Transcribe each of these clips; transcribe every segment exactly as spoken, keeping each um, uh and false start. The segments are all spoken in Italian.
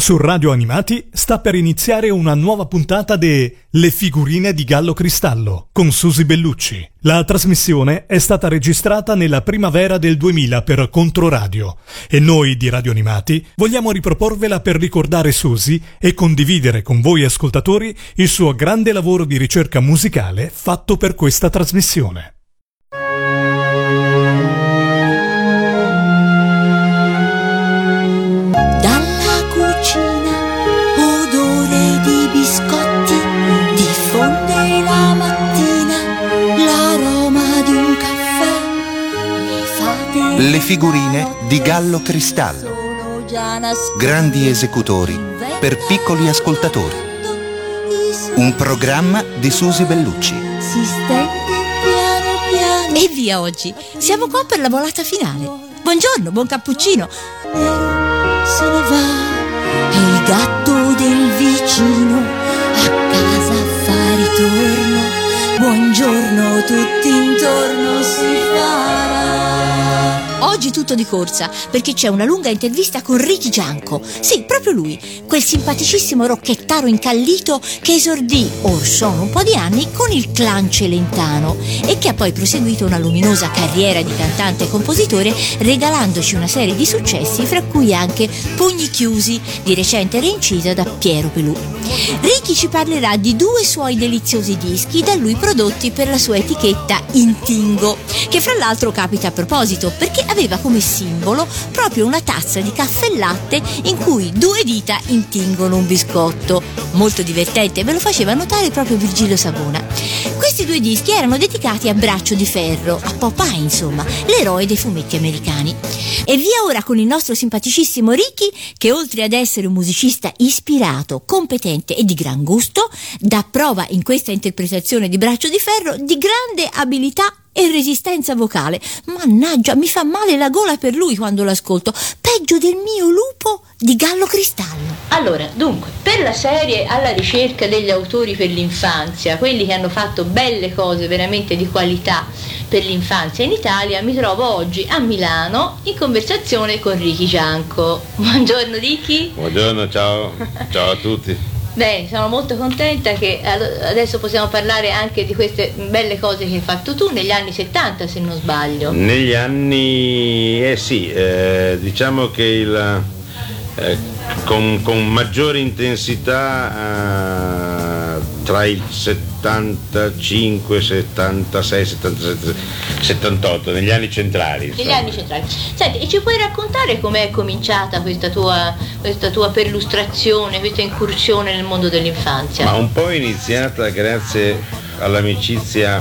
Su Radio Animati sta per iniziare una nuova puntata de Le figurine di Gallo Cristallo con Susi Bellucci. La trasmissione è stata registrata nella primavera del duemila per Controradio e noi di Radio Animati vogliamo riproporvela per ricordare Susi e condividere con voi ascoltatori il suo grande lavoro di ricerca musicale fatto per questa trasmissione. Le figurine di Gallo Cristallo. Grandi esecutori per piccoli ascoltatori. Un programma di Susi Bellucci. E via oggi. Siamo qua per la volata finale. Buongiorno, buon cappuccino. Se ne va e il gatto del vicino a casa fa ritorno. Buongiorno, tutti intorno si farà. Oggi tutto di corsa, perché c'è una lunga intervista con Ricky Gianco. Sì, proprio lui, quel simpaticissimo rocchettaro incallito che esordì, or sono un po' di anni, con il clan Celentano e che ha poi proseguito una luminosa carriera di cantante e compositore, regalandoci una serie di successi, fra cui anche Pugni Chiusi, di recente reincisa da Piero Pelù. Ricky ci parlerà di due suoi deliziosi dischi da lui prodotti per la sua etichetta Intingo, che fra l'altro capita a proposito, perché aveva come simbolo proprio una tazza di caffè e latte in cui due dita intingono un biscotto. Molto divertente, ve lo faceva notare proprio Virgilio Savona. Questi due dischi erano dedicati a Braccio di Ferro, a Popeye insomma, l'eroe dei fumetti americani. E via ora con il nostro simpaticissimo Ricky, che oltre ad essere un musicista ispirato, competente e di gran gusto, dà prova in questa interpretazione di Braccio di Ferro di grande abilità e resistenza vocale. Mannaggia, mi fa male la gola per lui quando l'ascolto, peggio del mio lupo di Gallo Cristallo. Allora, dunque, per la serie Alla ricerca degli autori per l'infanzia, quelli che hanno fatto belle cose veramente di qualità per l'infanzia in Italia, mi trovo oggi a Milano in conversazione con Ricky Gianco. Buongiorno Ricky. Buongiorno, ciao, ciao a tutti. Bene, sono molto contenta che adesso possiamo parlare anche di queste belle cose che hai fatto tu negli anni settanta, se non sbaglio. Negli anni, eh sì, eh, diciamo che il, eh, con, con maggiore intensità eh, tra il settantacinque, settantasei, settantasette, settantotto, negli anni centrali. Negli anni centrali. Senti, e ci puoi raccontare com'è cominciata questa tua, questa tua perlustrazione, questa incursione nel mondo dell'infanzia? Ma un po' è iniziata grazie all'amicizia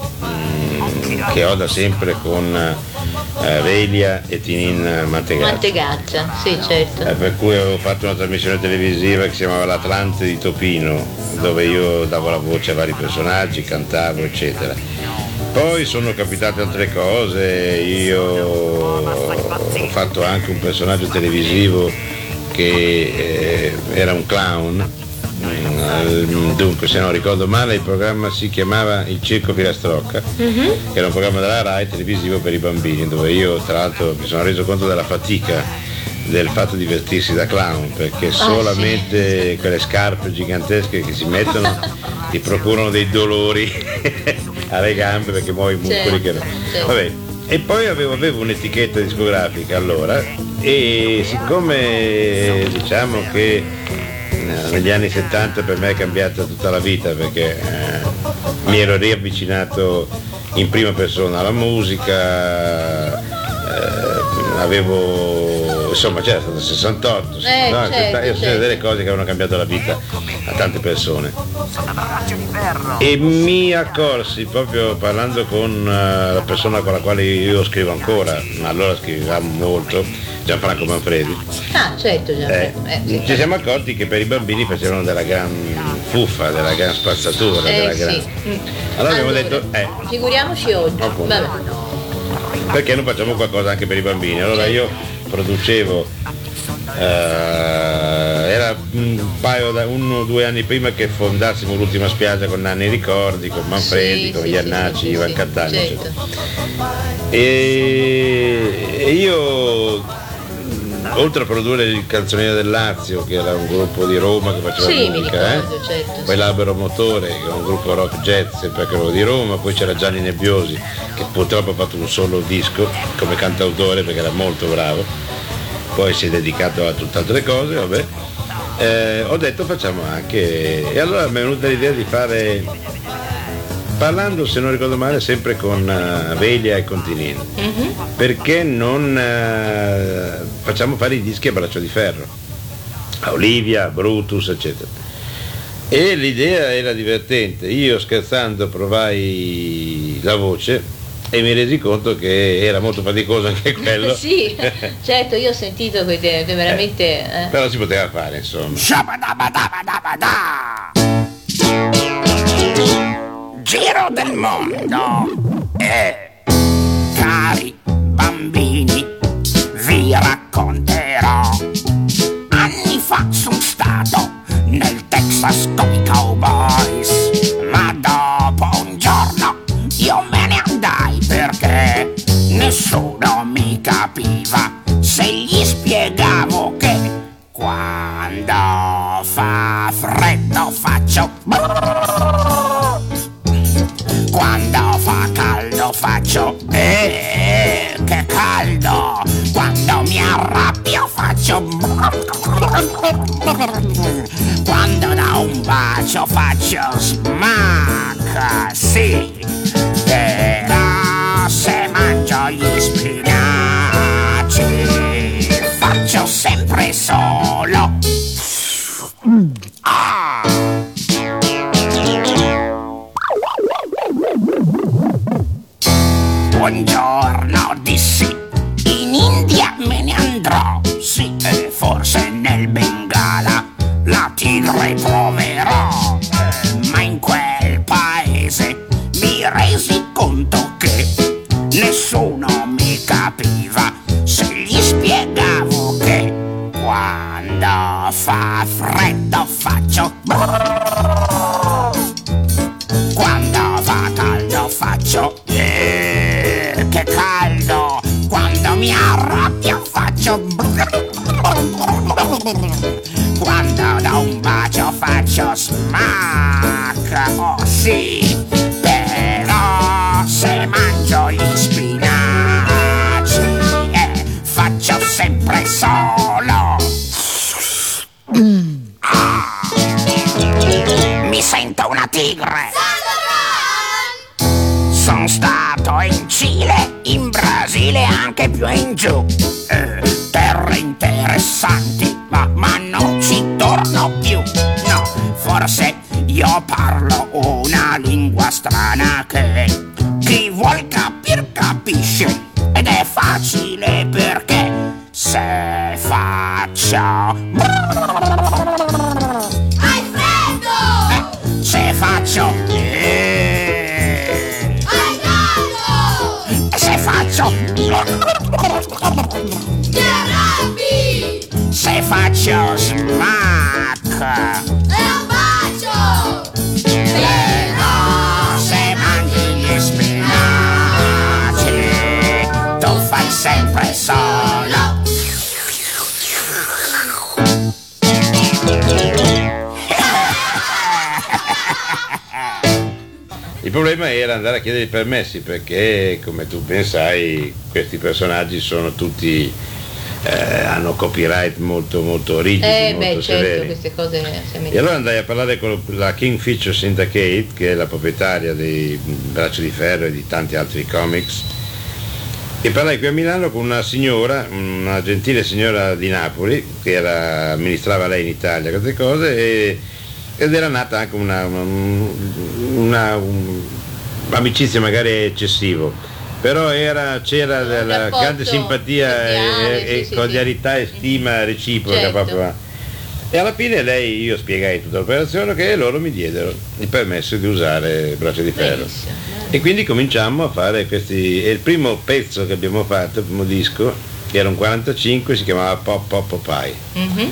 mh, che ho da sempre con eh, Velia e Tinin Mantegazza. Mantegazza, sì, certo. Eh, per cui avevo fatto una trasmissione televisiva che si chiamava L'Atlante di Topino, dove io davo la voce a vari personaggi, cantavo, eccetera. Poi sono capitate altre cose, io ho fatto anche un personaggio televisivo che eh, era un clown, dunque se non ricordo male il programma si chiamava Il Circo Filastrocca, mm-hmm. che era un programma della Rai televisivo per i bambini, dove io tra l'altro mi sono reso conto della fatica del fatto di vestirsi da clown, perché solamente sì. quelle scarpe gigantesche che si mettono ti procurano dei dolori alle gambe perché muovi i muscoli, certo, che certo. Vabbè. E poi avevo, avevo un'etichetta discografica allora, e siccome diciamo che negli anni settanta per me è cambiata tutta la vita, perché eh, mi ero riavvicinato in prima persona alla musica, eh, avevo insomma c'era stato il sessantotto, eh, no? certo, Io certo. delle cose che avevano cambiato la vita a tante persone, e mi accorsi proprio parlando con uh, la persona con la quale io scrivo ancora, ma allora scrivevamo molto, Gianfranco Manfredi. Ah, certo, Gianfranco. Eh, eh, sì. Ci siamo accorti che per i bambini facevano della gran fuffa, della gran spazzatura, eh, della sì. gran... Mm. Allora abbiamo allora, detto, eh, figuriamoci oggi. Vabbè. perché non facciamo qualcosa anche per i bambini? Allora io producevo, eh, era un paio da uno o due anni prima che fondassimo l'ultima spiaggia con Nanni Ricordi, con Manfredi, sì, con sì, Iannacci, sì, Ivan sì, Cattaneo, certo. e, e io oltre a produrre il Canzoniere del Lazio, che era un gruppo di Roma che faceva sì, musica, mi ricordo, eh? certo, poi sì. l'Albero Motore, che era un gruppo rock jazz, sempre anche quello di Roma, poi c'era Gianni Nebbiosi, che purtroppo ha fatto un solo disco come cantautore perché era molto bravo, poi si è dedicato a tutt'altre cose, vabbè. Eh, ho detto facciamo anche, e allora mi è venuta l'idea di fare, parlando se non ricordo male sempre con uh, Velia e Continini, mm-hmm. perché non uh, facciamo fare i dischi a braccio di ferro, a Olivia, Brutus eccetera, e l'idea era divertente. Io scherzando provai la voce e mi resi conto che era molto faticoso anche quello. Sì, certo, io ho sentito che veramente eh, eh. però si poteva fare, insomma. Giro del mondo e cari bambini vi racconterò. Anni fa sono stato nel Texas con i cowboys, ma dopo un giorno io me ne andai perché nessuno mi capiva se gli spiegavo che quando fa freddo faccio quando fa caldo faccio eh, che caldo, quando mi arrabbio faccio quando da un bacio faccio smack, sì, però se mangio gli spinaci faccio sempre solo ah. Buongiorno, dissi, in India me ne andrò, sì, e forse nel Bengala la tigre troverò, eh, ma in quel paese mi resi conto che nessuno mi capiva se gli spiegavo che quando fa freddo faccio quando fa caldo faccio eh, che caldo, quando mi arrabbio faccio quando da un bacio faccio smack, oh sì, però se mangio gli spinaci eh, faccio sempre solo ah. Mi sento una tigre. Sono stato in Cile, in Brasile, anche più in giù, eh, terre interessanti, ma, ma non ci torno più, no, forse io parlo una lingua strana che chi vuol capir capisce, ed è facile perché se faccio hai freddo, eh, se faccio eh, se faccio ti arrabbi, se faccio smack è un bacio, però se mangi gli spinaci tu fai sempre solo Il problema era andare a chiedere i permessi perché, come tu ben sai, questi personaggi sono tutti eh, hanno copyright molto molto rigidi, eh, molto beh, severi. certo, queste cose siamo E allora andai a parlare con la Kingfisher Syndicate, che è la proprietaria di Braccio di Ferro e di tanti altri comics, e parlai qui a Milano con una signora, una gentile signora di Napoli, che era, amministrava lei in Italia queste cose, e ed era nata anche una, una, un'amicizia magari eccessivo, però era, c'era un della grande simpatia cordiale, e, e sì, sì, cordialità sì. e stima reciproca, Certo. proprio. E alla fine lei, io spiegai tutta l'operazione, che loro mi diedero il permesso di usare Braccio di Ferro. Benissimo. E quindi cominciamo a fare questi, e il primo pezzo che abbiamo fatto, il primo disco, che era un quarantacinque, si chiamava Pop Pop Popeye. Mm-hmm.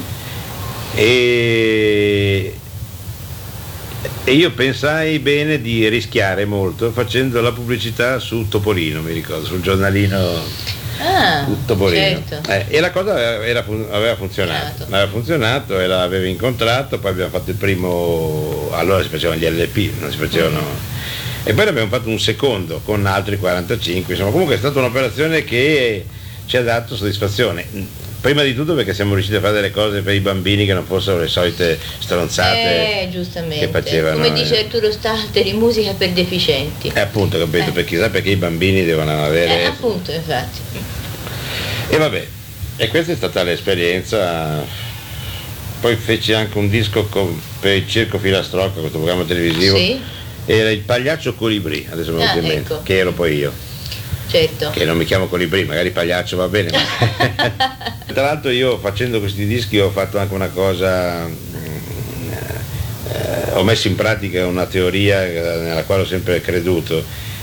E E io pensai bene di rischiare molto facendo la pubblicità su Topolino, mi ricordo, sul giornalino Ah, Topolino. certo. Eh, e la cosa era, aveva funzionato, Certo. aveva funzionato e l'avevo incontrato, poi abbiamo fatto il primo, allora si facevano gli L P, non si facevano. Mm. E poi ne abbiamo fatto un secondo con altri quarantacinque, insomma comunque è stata un'operazione che ci ha dato soddisfazione. Prima di tutto perché siamo riusciti a fare delle cose per i bambini che non fossero le solite stronzate Eh, giustamente. che facevano. Come dice eh. Arturo Stalteri, musica per deficienti. Eh, appunto, capito, Eh. perché chissà perché i bambini devono avere. Eh, appunto, infatti. E vabbè, e questa è stata l'esperienza. Poi feci anche un disco con, per il Circo Filastrocca, questo programma televisivo. Sì, Era il Pagliaccio Colibrì, adesso mi Ah, viene in mente, ecco. che ero poi io. certo. Che non mi chiamo Colibrì, magari Pagliaccio va bene. Ma... Tra l'altro io facendo questi dischi ho fatto anche una cosa, mm, eh, ho messo in pratica una teoria nella quale ho sempre creduto,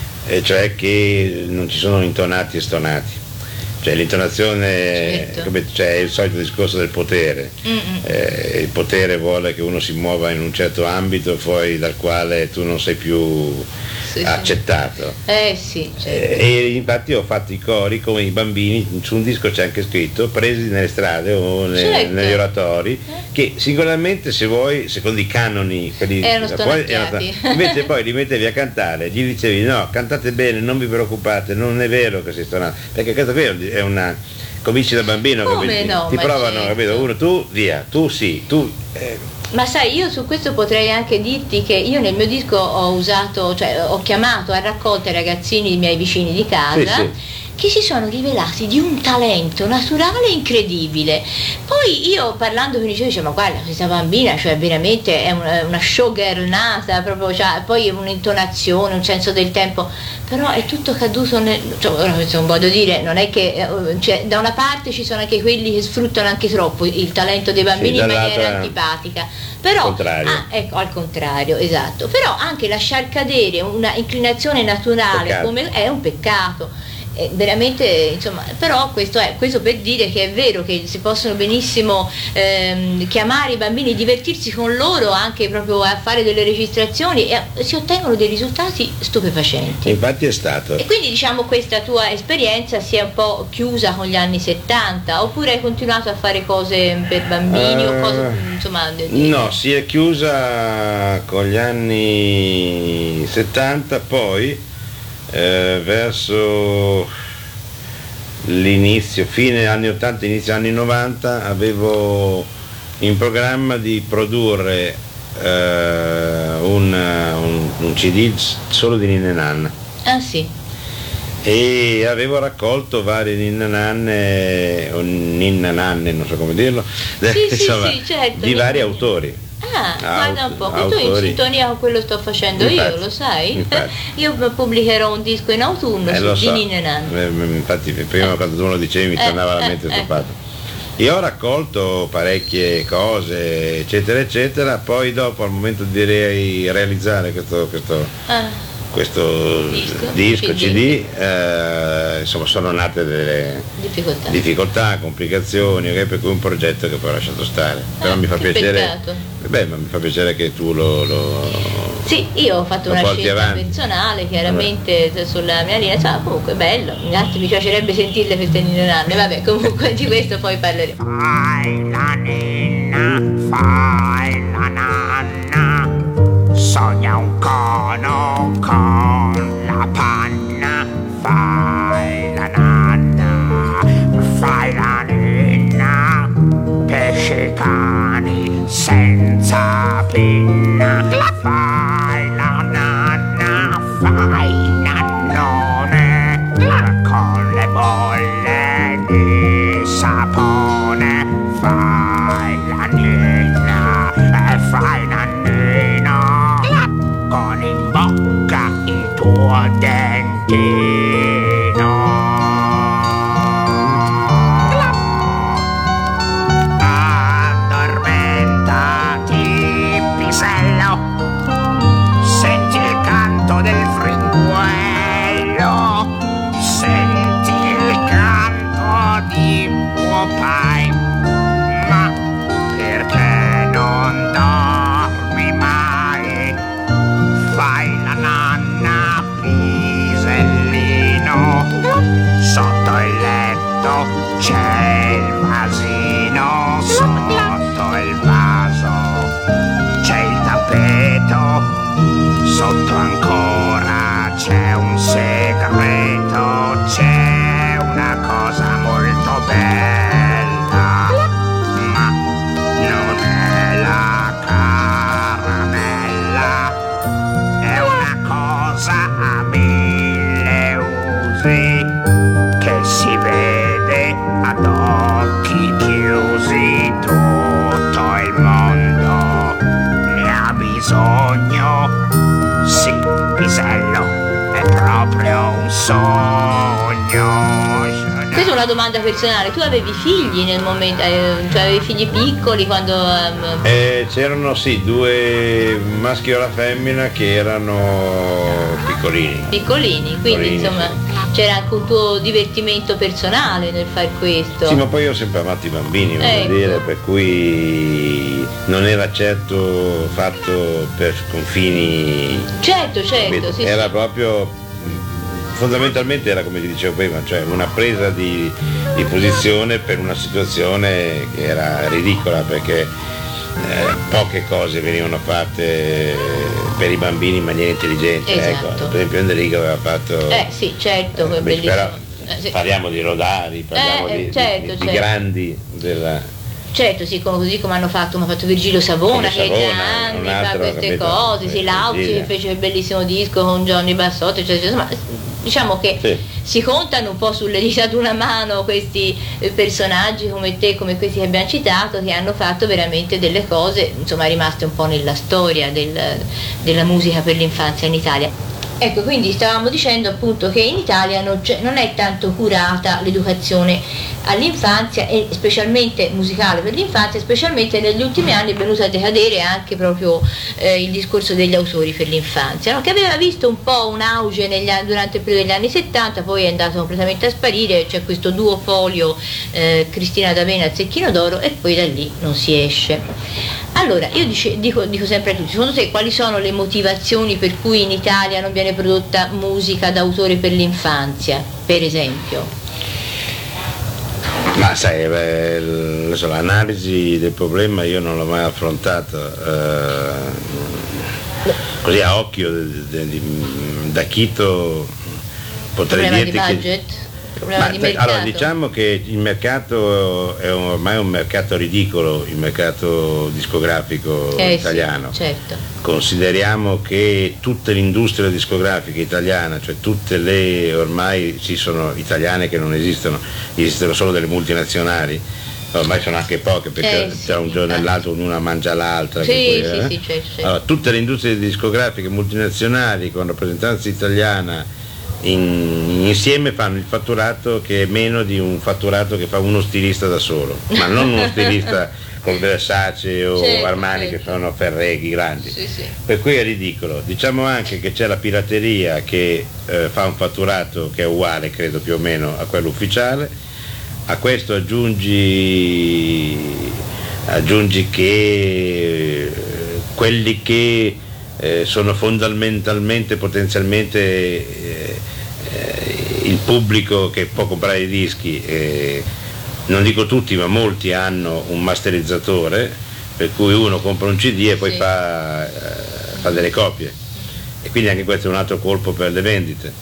e cioè che non ci sono intonati e stonati. Cioè l'intonazione, Certo. come, cioè, è il solito discorso del potere. Mm-mm. Eh, il potere vuole che uno si muova in un certo ambito fuori dal quale tu non sei più Sì, sì. accettato. Eh sì, certo. Eh, e infatti ho fatto i cori come i bambini, su un disco c'è anche scritto, presi nelle strade o ne- Certo. negli oratori, che singolarmente, se vuoi, secondo i canoni quelli, Erano poi stonacchiati. invece poi li mettevi a cantare, gli dicevi no, cantate bene, non vi preoccupate, non è vero che si stonate, perché questo qui è una, cominci da bambino, Come capito? no, Ti ma provano, certo. capito? Uno tu via, tu sì, tu eh, Ma sai, io su questo potrei anche dirti che io nel mio disco ho usato, cioè ho chiamato a raccolta i ragazzini, i miei vicini di casa, Sì, sì. che si sono rivelati di un talento naturale incredibile. Poi io parlando con i genitori dicevo, ma guarda, questa bambina, cioè veramente è una, una showgirl nata, proprio, cioè, poi un'intonazione, un senso del tempo, però è tutto caduto nel, cioè, ora questo non voglio dire, non è che, eh, cioè, da una parte ci sono anche quelli che sfruttano anche troppo il talento dei bambini Sì, in maniera dall'altra- antipatica, però contrario. ah, ecco, al contrario, esatto, però anche lasciar cadere una inclinazione naturale Peccato. come è un peccato. Eh, veramente, insomma, però questo è questo per dire che è vero che si possono benissimo ehm, chiamare i bambini, divertirsi con loro anche proprio a fare delle registrazioni e eh, si ottengono dei risultati stupefacenti. infatti è stato. E quindi diciamo questa tua esperienza si è un po' chiusa con gli anni settanta oppure hai continuato a fare cose per bambini o cose Eh, insomma di- di- No, si è chiusa con gli anni settanta, poi eh, verso l'inizio, fine anni ottanta, inizio anni novanta, avevo in programma di produrre eh, un, un, un C D solo di Ninna Nanna. Ah sì. E avevo raccolto varie ninna nanne o ninna nanne, non so come dirlo, Sì, sì, sì, certo, di vari ninna- autori. Ah, guarda un po', Aut- tu in autori. sintonia con quello che sto facendo Infatti, io, lo sai? infatti. Io pubblicherò un disco in autunno Eh, su lo di so. Ninna Nanna. Eh, Infatti prima quando tu me lo dicevi mi Eh, tornava alla eh, mente questo ecco. fatto. Io ho raccolto parecchie cose, eccetera, eccetera, poi dopo al momento di re- realizzare questo, questo, Ah, questo Disco, disco, C D. C D, eh, insomma sono nate delle difficoltà. difficoltà, complicazioni, ok, per cui un progetto che poi ho lasciato stare. Però Ah, mi fa che piacere. peccato. Beh, ma mi fa piacere che tu lo. lo Sì, io ho fatto lo una porti scelta avanti. personale, chiaramente sulla mia linea, cioè, comunque bello, in altri mi piacerebbe sentirle queste Ninna Nanne, vabbè, comunque di questo poi parleremo. Fai la ninna, fai la nanna, sogna un cono con la panna. Fai la nanna, fai la ninna, pesce cani senza pinna. Fai la nanna, fai nannone, con le bolle di sapone. Fai la nina e fai nannina, con in bocca il tuo dentino. Addormentati, pisello, senti il canto del fringuello, senti il canto di Popeye, ma perché non pisello è proprio un sogno. Questa è una domanda personale. Tu avevi figli nel momento, eh, cioè avevi figli piccoli quando... Um... Eh, c'erano sì, due maschi e una femmina che erano piccolini. Piccolini, quindi piccolini, insomma sì. C'era anche un tuo divertimento personale nel fare questo. Sì, ma poi io ho sempre amato i bambini, voglio ecco. dire, per cui non era certo fatto per confini... Certo, certo, sì, era sì. proprio... fondamentalmente era come ti dicevo prima, cioè una presa di, di posizione per una situazione che era ridicola, perché eh, poche cose venivano fatte per i bambini in maniera intelligente. Esatto. Ecco, per esempio Enrico aveva fatto eh sì, certo, eh, bellissimo. però eh, sì. parliamo di Rodari, parliamo eh, di, certo, di, certo. di grandi della... Certo, sì, come, così come hanno fatto, come ha fatto Virgilio Savona, che Savona, da anni un fa altro, queste capito? cose, sì, Eh, Lauzi sì. che fece il bellissimo disco con Johnny Bassotti, eccetera, insomma, diciamo che Sì. si contano un po' sulle dita di una mano questi eh, personaggi come te, come questi che abbiamo citato, che hanno fatto veramente delle cose, insomma, rimaste un po' nella storia del, della musica per l'infanzia in Italia. Ecco, quindi stavamo dicendo appunto che in Italia non, c'è, non è tanto curata l'educazione all'infanzia e specialmente musicale per l'infanzia, specialmente negli ultimi anni è venuto a decadere anche proprio eh, il discorso degli autori per l'infanzia, no? Che aveva visto un po' un auge negli anni, durante il periodo degli anni settanta, poi è andato completamente a sparire, c'è questo duopolio eh, Cristina D'Avena e Zecchino d'Oro e poi da lì non si esce. Allora, io dice, dico, dico sempre a tutti, secondo te quali sono le motivazioni per cui in Italia non viene prodotta musica d'autore per l'infanzia, per esempio? Ma sai, beh, l'analisi del problema io non l'ho mai affrontato eh, così a occhio de, de, de, da Chito potrei Problema dirti di budget? che... Problema Ma, di mercato? allora diciamo che il mercato è ormai un mercato ridicolo, il mercato discografico eh, italiano. Sì, certo. Consideriamo che tutta l'industria discografica italiana, cioè tutte le ormai ci sono italiane che non esistono, esistono solo delle multinazionali, ormai sono anche poche perché eh, tra sì, un giorno e l'altro ognuna mangia l'altra. Sì, poi, sì, eh? sì, certo, certo. Allora, tutte le industrie discografiche multinazionali con rappresentanza italiana In, insieme fanno il fatturato che è meno di un fatturato che fa uno stilista da solo, ma non uno stilista con Versace o certo, Armani certo. che sono Ferreghi grandi, Sì, sì. per cui è ridicolo. Diciamo anche che c'è la pirateria che eh, fa un fatturato che è uguale credo più o meno a quello ufficiale, a questo aggiungi aggiungi che eh, quelli che eh, sono fondamentalmente potenzialmente eh, il pubblico che può comprare i dischi, eh, non dico tutti ma molti hanno un masterizzatore per cui uno compra un C D e poi sì. fa, eh, fa delle copie e quindi anche questo è un altro colpo per le vendite.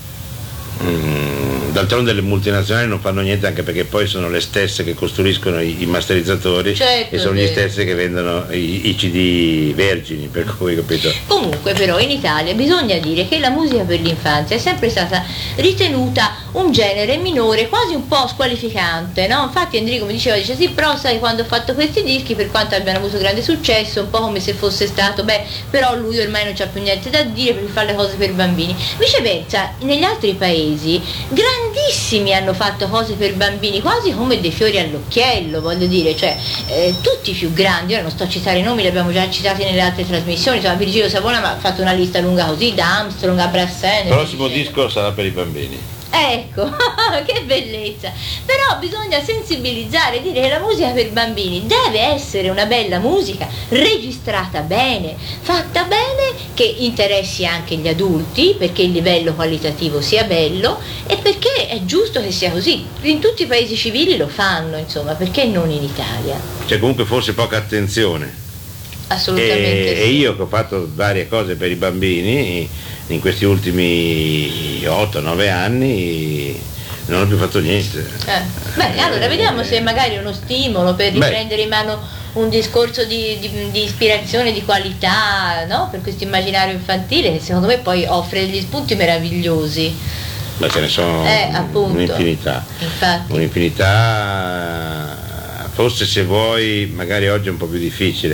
Mm, d'altronde le multinazionali non fanno niente anche perché poi sono le stesse che costruiscono i, i masterizzatori certo, e sono gli vero. stessi che vendono i, i C D vergini, per cui capito? Comunque però in Italia bisogna dire che la musica per l'infanzia è sempre stata ritenuta un genere minore, quasi un po' squalificante, no? Infatti Enrico mi diceva, dice sì, però sai quando ho fatto questi dischi, per quanto abbiano avuto grande successo, un po' come se fosse stato, beh, però lui ormai non c'ha più niente da dire perché fa le cose per bambini. Viceversa, negli altri paesi grandissimi hanno fatto cose per bambini, quasi come dei fiori all'occhiello, voglio dire, cioè eh, tutti i più grandi, ora non sto a citare i nomi, li abbiamo già citati nelle altre trasmissioni, insomma Virgilio Savona mi ha fatto una lista lunga così, da Armstrong a Brassens. Il prossimo disco sarà per i bambini. Ecco, che bellezza! Però bisogna sensibilizzare, dire che la musica per bambini deve essere una bella musica, registrata bene, fatta bene, che interessi anche gli adulti, perché il livello qualitativo sia bello e perché è giusto che sia così. In tutti i paesi civili lo fanno, insomma, perché non in Italia? C'è comunque forse poca attenzione. Assolutamente E, sì. e io che ho fatto varie cose per i bambini in questi ultimi otto nove anni non ho più fatto niente. Eh. Beh, allora vediamo se magari è uno stimolo per riprendere Beh. in mano un discorso di, di, di ispirazione, di qualità, no? Per questo immaginario infantile che secondo me poi offre degli spunti meravigliosi. Ma ce ne sono Eh, appunto. un'infinità. Infatti. Un'infinità, forse se vuoi, magari oggi è un po' più difficile,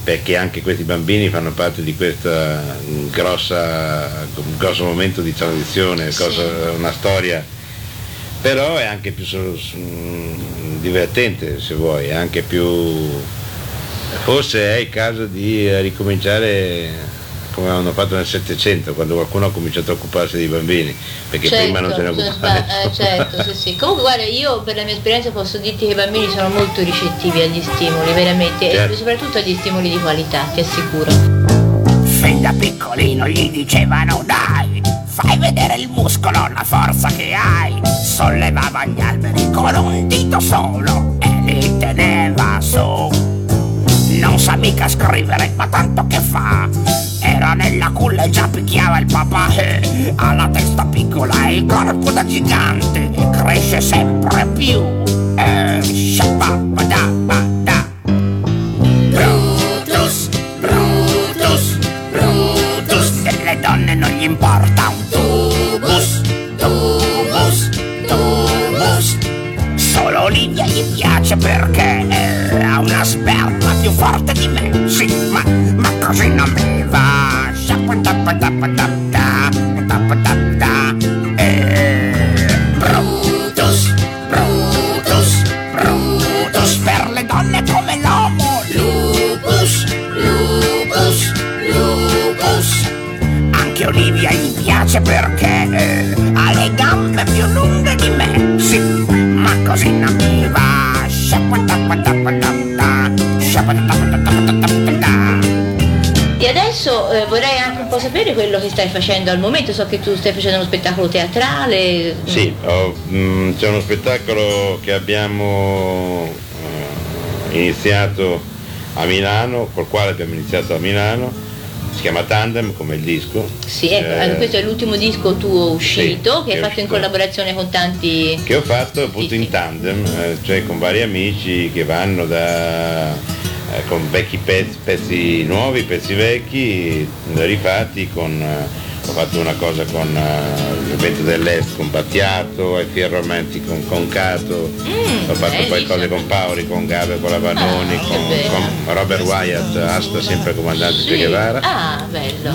perché anche questi bambini fanno parte di questa grossa, grosso momento di tradizione, Sì. cosa, una storia, però è anche più so- divertente, se vuoi, è anche più, forse è il caso di ricominciare come hanno fatto nel Settecento, quando qualcuno ha cominciato a occuparsi dei bambini, perché Certo, prima non se ne occupava eh, nessuno. certo, sì, sì. Comunque guarda, io per la mia esperienza posso dirti che i bambini sono molto ricettivi agli stimoli, veramente, Certo. e soprattutto agli stimoli di qualità, ti assicuro. Fin da piccolino gli dicevano dai, fai vedere il muscolo, la forza che hai. Sollevava gli alberi con un dito solo e li teneva su. Non sa mica scrivere, ma tanto che fa. Era nella culla e già picchiava il papà. eh, Ha la testa piccola e il corpo da gigante e cresce sempre più. Eh, shabba-ba-da-ba-da. Brutus, Brutus, Brutus. Delle donne non gli importa un tubus, tubus, tubus. Solo Olivia gli piace perché eh, ha una sberla più forte di me. Sì, ma, ma così non mi va. Shabba-dabba-dabba-dabba, dabba-dabba. Eh, Brutus, Brutus, Brutus. Per le donne come l'uomo. Lupus, Lupus, Lupus. Anche Olivia gli piace perché eh, ha le gambe più lunghe di me. Sì, ma così non mi va. Shabba-dabba-dabba-dabba, shabba-dabba-dabba-dabba. E adesso eh, vorrei anche un po' sapere quello che stai facendo al momento. So che tu stai facendo uno spettacolo teatrale. Sì, ho, mh, c'è uno spettacolo che abbiamo eh, iniziato a Milano, col quale abbiamo iniziato a Milano, si chiama Tandem come il disco. Sì, ecco, Eh, questo è l'ultimo disco tuo uscito, sì, che hai che è fatto in uscito. collaborazione con tanti... che ho fatto appunto Sì, in sì. tandem, eh, cioè con vari amici che vanno da eh, con vecchi pezzi, pezzi nuovi, pezzi vecchi, rifatti con eh, ho fatto una cosa con eh, il vento dell'est con Battiato, ai Fier Romantic con Concato, Mm, ho fatto poi bellissimo. cose con Pauri, con Gaber, con la Vanoni, Ah, che con, bello. con Robert Wyatt, Asta sempre comandante Sì. Che Guevara. Ah, bello.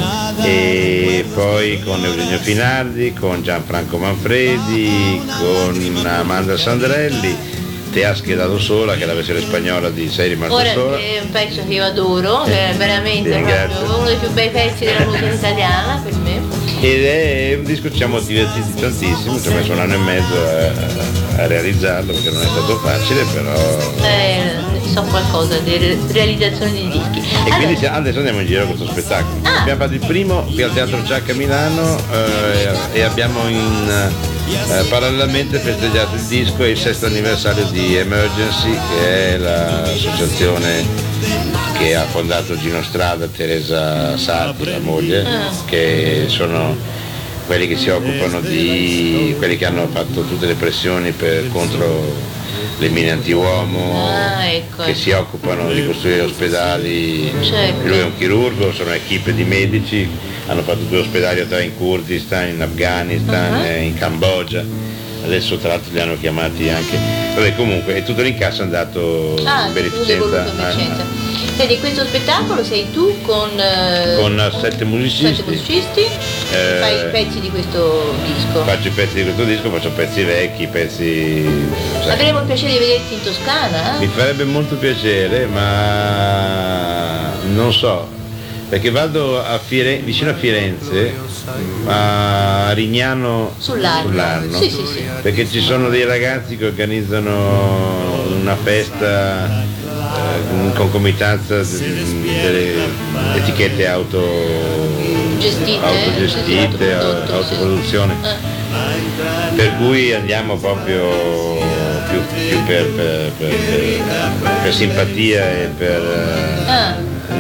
E poi con Eugenio Finardi, con Gianfranco Manfredi, con Amanda Sandrelli, Te has quedado sola, che è la versione spagnola di Sei rimasto Ora sola. è un pezzo che io adoro, che è veramente Ti ringrazio. proprio uno dei più bei pezzi della musica italiana per me. Ed è un disco, ci siamo divertiti tantissimo, ci ho messo un anno e mezzo a, a realizzarlo perché non è stato facile, però. Eh, so qualcosa di re- realizzazione di dischi. E Allora, quindi siamo- adesso andiamo in giro con questo spettacolo. Ah. Abbiamo fatto il primo qui al Teatro Giacca a Milano eh, e abbiamo in, eh, parallelamente festeggiato il disco e il sesto anniversario di Emergency, che è l'associazione che ha fondato Gino Strada, Teresa Sarti, la moglie, Ah. che sono quelli che si occupano di quelli che hanno fatto tutte le pressioni per, contro le mine anti-uomo, Ah, ecco, che ecco. si occupano di costruire ospedali. Certo. Lui è un chirurgo, sono equipe di medici, hanno fatto due ospedali tra in Kurdistan, in Afghanistan, Uh-huh. eh, in Cambogia. Adesso tra l'altro li hanno chiamati anche. Vabbè, comunque è tutto l'incasso è andato ah, in tu sei beneficenza. voluto in beneficenza. eh, Senti, questo spettacolo sei tu con, eh, con sette musicisti. sette musicisti, Eh, fai i pezzi di questo disco. Faccio i pezzi di questo disco, faccio pezzi vecchi, pezzi. sai. Avremo il piacere di vederti in Toscana? Mi farebbe molto piacere, ma non so, perché vado a Fire- vicino a Firenze, a Rignano Sull'Arno. sull'Arno, Sì, sì, sì. perché ci sono dei ragazzi che organizzano una festa eh, in concomitanza de- delle etichette auto Gestite, autogestite, sì, sì, autoprodotto, sì. autoproduzione. Eh. Per cui andiamo proprio più, più per, per- per- per- per simpatia e per eh, Ah,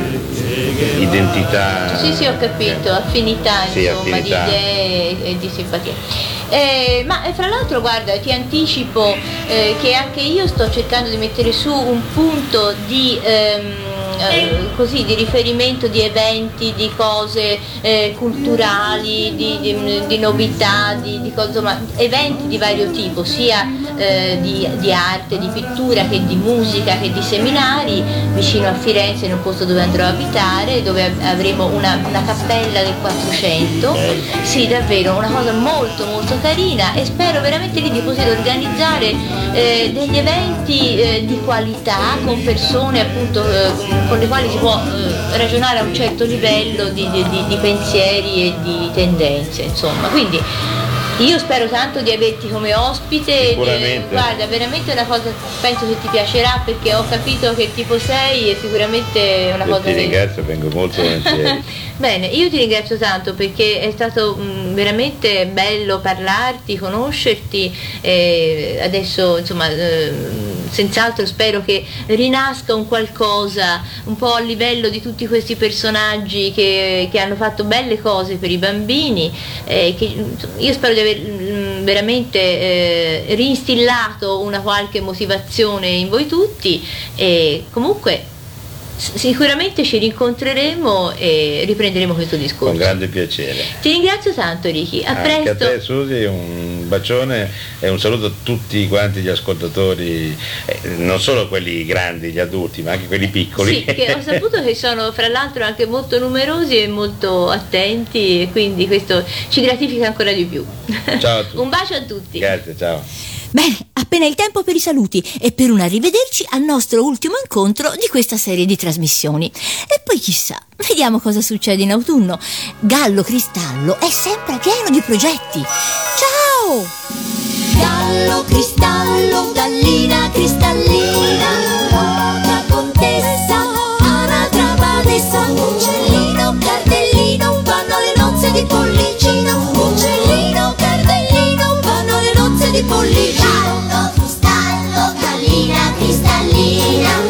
identità. sì, sì, ho capito, affinità, Sì, insomma, affinità. di idee e, e di simpatia. Eh, ma eh, fra l'altro guarda, ti anticipo eh, che anche io sto cercando di mettere su un punto di ehm, eh, così di riferimento di eventi, di cose eh, culturali, di, di, di novità, di, di cose, insomma, eventi di vario tipo, sia eh, di, di arte, di pittura che di musica che di seminari, vicino a Firenze, in un posto dove andrò a abitare, dove avremo una, una cappella del quattrocento. Sì, davvero, una cosa molto molto carina, e spero veramente lì di poter organizzare eh, degli eventi eh, di qualità, con persone appunto eh, con le quali si può eh, ragionare a un certo livello di, di, di, di pensieri e di tendenze, insomma. Quindi io spero tanto di averti come ospite. Sicuramente. Eh, guarda, veramente è una cosa, penso che ti piacerà, perché ho capito che tipo sei, e sicuramente è una Io cosa ti che... ringrazio, vengo molto volentieri. Bene, io ti ringrazio tanto, perché è stato mh, veramente bello parlarti, conoscerti, e adesso insomma eh, senz'altro spero che rinasca un qualcosa un po' a livello di tutti questi personaggi che, che hanno fatto belle cose per i bambini, eh, che, insomma, io spero di aver mh, veramente eh, rinstillato una qualche motivazione in voi tutti, e comunque sicuramente ci rincontreremo e riprenderemo questo discorso. Con grande piacere. Ti ringrazio tanto, Ricky, a Anche presto. a te, Susi, un bacione e un saluto a tutti quanti gli ascoltatori, eh, non solo quelli grandi, gli adulti, ma anche quelli piccoli. Sì, che ho saputo che sono fra l'altro anche molto numerosi e molto attenti, e quindi questo ci gratifica ancora di più. Ciao a tutti. Un bacio a tutti. Grazie, ciao. Bene, appena il tempo per i saluti e per un arrivederci al nostro ultimo incontro di questa serie di trasmissioni. E poi chissà, vediamo cosa succede in autunno. Gallo Cristallo è sempre pieno di progetti. Ciao! Gallo cristallo, gallina cristallina, una contessa, anatra badessa, uccellino, cardellino, vanno le nozze di Pollicino, uccellino, cardellino, vanno le nozze di Pollicino. Gallo cristallo, gallina cristallina,